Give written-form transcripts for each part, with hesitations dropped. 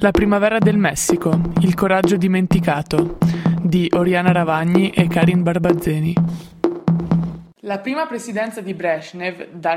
La primavera del Messico, il coraggio dimenticato, di Oriana Ravagni e Karin Barbazzeni. La prima presidenza di Brezhnev, dal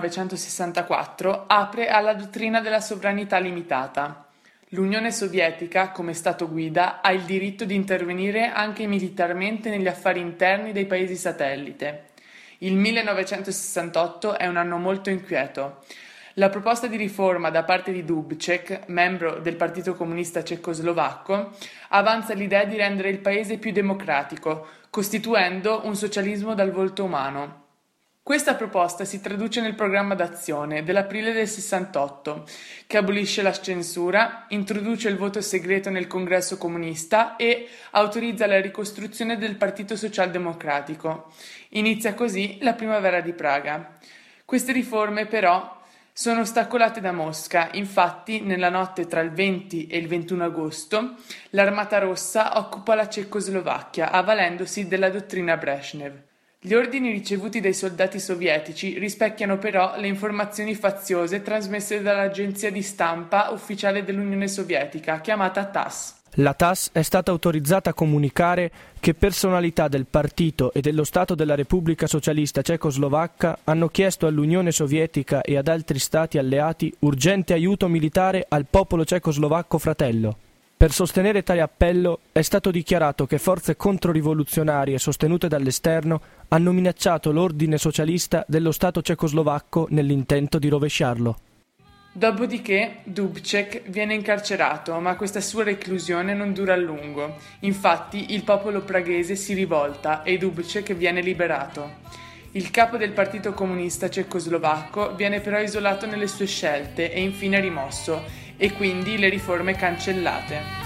1964, apre alla dottrina della sovranità limitata. L'Unione Sovietica, come Stato guida, ha il diritto di intervenire anche militarmente negli affari interni dei paesi satellite. Il 1968 è un anno molto inquieto. La proposta di riforma da parte di Dubček, membro del Partito Comunista Cecoslovacco, avanza l'idea di rendere il paese più democratico, costituendo un socialismo dal volto umano. Questa proposta si traduce nel programma d'azione dell'aprile del 68, che abolisce la censura, introduce il voto segreto nel Congresso comunista e autorizza la ricostruzione del Partito Socialdemocratico. Inizia così la primavera di Praga. Queste riforme, però, sono ostacolate da Mosca. Infatti, nella notte tra il 20 e il 21 agosto, l'Armata Rossa occupa la Cecoslovacchia, avvalendosi della dottrina Brezhnev. Gli ordini ricevuti dai soldati sovietici rispecchiano però le informazioni faziose trasmesse dall'agenzia di stampa ufficiale dell'Unione Sovietica, chiamata TASS. La TASS è stata autorizzata a comunicare che personalità del partito e dello Stato della Repubblica Socialista Cecoslovacca hanno chiesto all'Unione Sovietica e ad altri stati alleati urgente aiuto militare al popolo cecoslovacco fratello. Per sostenere tale appello è stato dichiarato che forze controrivoluzionarie sostenute dall'esterno hanno minacciato l'ordine socialista dello Stato cecoslovacco nell'intento di rovesciarlo. Dopodiché Dubček viene incarcerato, ma questa sua reclusione non dura a lungo. Infatti il popolo praghese si rivolta e Dubček viene liberato. Il capo del Partito Comunista Cecoslovacco viene però isolato nelle sue scelte e infine rimosso, e quindi le riforme cancellate.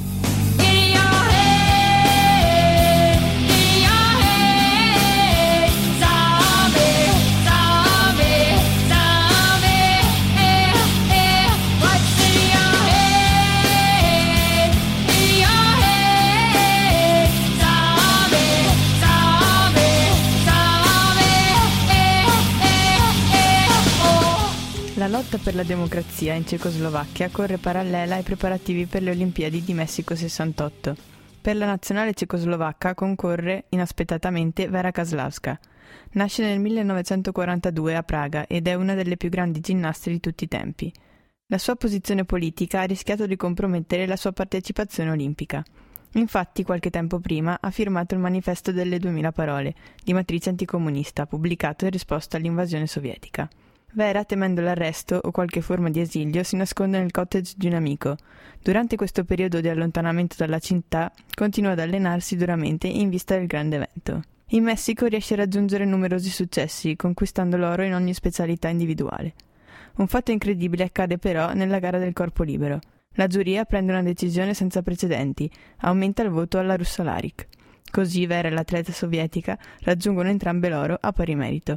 La lotta per la democrazia in Cecoslovacchia corre parallela ai preparativi per le Olimpiadi di Messico 68. Per la nazionale cecoslovacca concorre inaspettatamente Vera Kaslavska. Nasce nel 1942 a Praga ed è una delle più grandi ginnaste di tutti i tempi. La sua posizione politica ha rischiato di compromettere la sua partecipazione olimpica. Infatti, qualche tempo prima ha firmato il Manifesto delle 2000 parole, di matrice anticomunista, pubblicato in risposta all'invasione sovietica. Vera, temendo l'arresto o qualche forma di esilio, si nasconde nel cottage di un amico. Durante questo periodo di allontanamento dalla città, continua ad allenarsi duramente in vista del grande evento. In Messico riesce a raggiungere numerosi successi, conquistando l'oro in ogni specialità individuale. Un fatto incredibile accade però nella gara del corpo libero. La giuria prende una decisione senza precedenti, aumenta il voto alla Russolarik. Così Vera e l'atleta sovietica raggiungono entrambe l'oro a pari merito.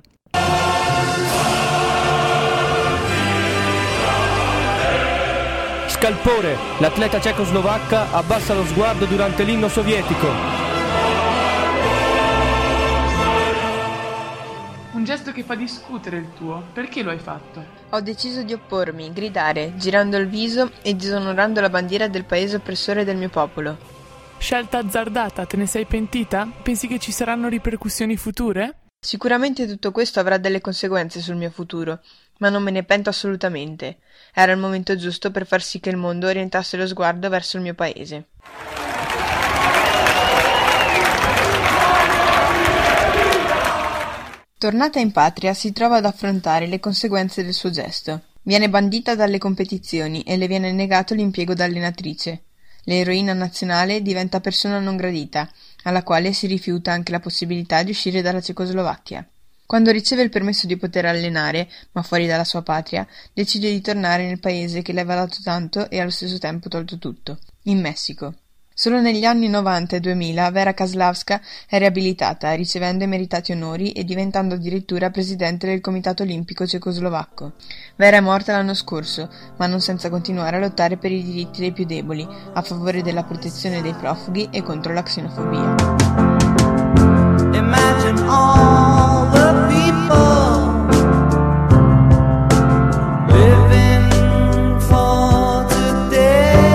Scalpore, l'atleta cecoslovacca abbassa lo sguardo durante l'inno sovietico. Un gesto che fa discutere il tuo. Perché lo hai fatto? Ho deciso di oppormi, gridare, girando il viso e disonorando la bandiera del paese oppressore del mio popolo. Scelta azzardata, te ne sei pentita? Pensi che ci saranno ripercussioni future? Sicuramente tutto questo avrà delle conseguenze sul mio futuro, ma non me ne pento assolutamente. Era il momento giusto per far sì che il mondo orientasse lo sguardo verso il mio paese. Tornata in patria, si trova ad affrontare le conseguenze del suo gesto. Viene bandita dalle competizioni e le viene negato l'impiego da allenatrice. L'eroina nazionale diventa persona non gradita, alla quale si rifiuta anche la possibilità di uscire dalla Cecoslovacchia. Quando riceve il permesso di poter allenare, ma fuori dalla sua patria, decide di tornare nel paese che le aveva dato tanto e allo stesso tempo tolto tutto, in Messico. Solo negli anni 90 e 2000 Vera Kaslavska è riabilitata, ricevendo i meritati onori e diventando addirittura presidente del Comitato Olimpico Cecoslovacco. Vera è morta l'anno scorso, ma non senza continuare a lottare per i diritti dei più deboli, a favore della protezione dei profughi e contro la xenofobia. Imagine all the people living for today.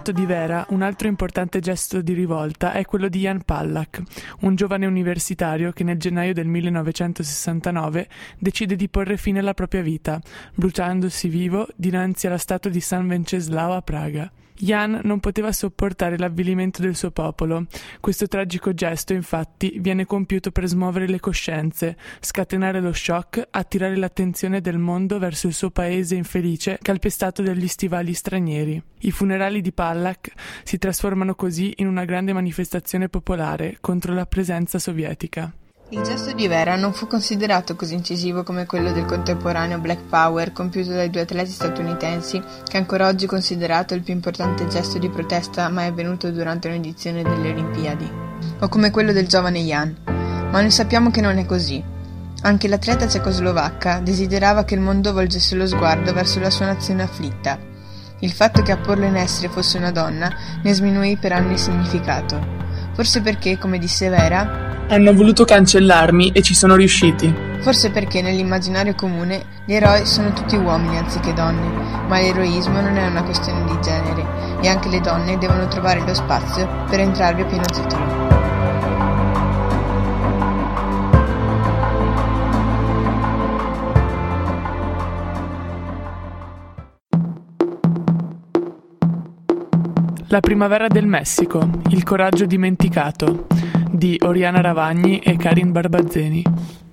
stato di Vera, un altro importante gesto di rivolta è quello di Jan Palach, un giovane universitario che nel gennaio del 1969 decide di porre fine alla propria vita, bruciandosi vivo dinanzi alla statua di San Venceslao a Praga. Jan non poteva sopportare l'avvilimento del suo popolo. Questo tragico gesto, infatti, viene compiuto per smuovere le coscienze, scatenare lo shock, attirare l'attenzione del mondo verso il suo paese infelice calpestato dagli stivali stranieri. I funerali di Palach si trasformano così in una grande manifestazione popolare contro la presenza sovietica. Il gesto di Vera non fu considerato così incisivo come quello del contemporaneo Black Power compiuto dai due atleti statunitensi, che è ancora oggi considerato il più importante gesto di protesta mai avvenuto durante un'edizione delle Olimpiadi, o come quello del giovane Jan. Ma noi sappiamo che non è così. Anche l'atleta cecoslovacca desiderava che il mondo volgesse lo sguardo verso la sua nazione afflitta. Il fatto che a porlo in essere fosse una donna ne sminuì per anni il significato. Forse perché, come disse Vera, hanno voluto cancellarmi e ci sono riusciti. Forse perché nell'immaginario comune gli eroi sono tutti uomini anziché donne, ma l'eroismo non è una questione di genere e anche le donne devono trovare lo spazio per entrarvi a pieno titolo. La primavera del Messico, il coraggio dimenticato, di Oriana Ravagni e Karin Barbazzeni.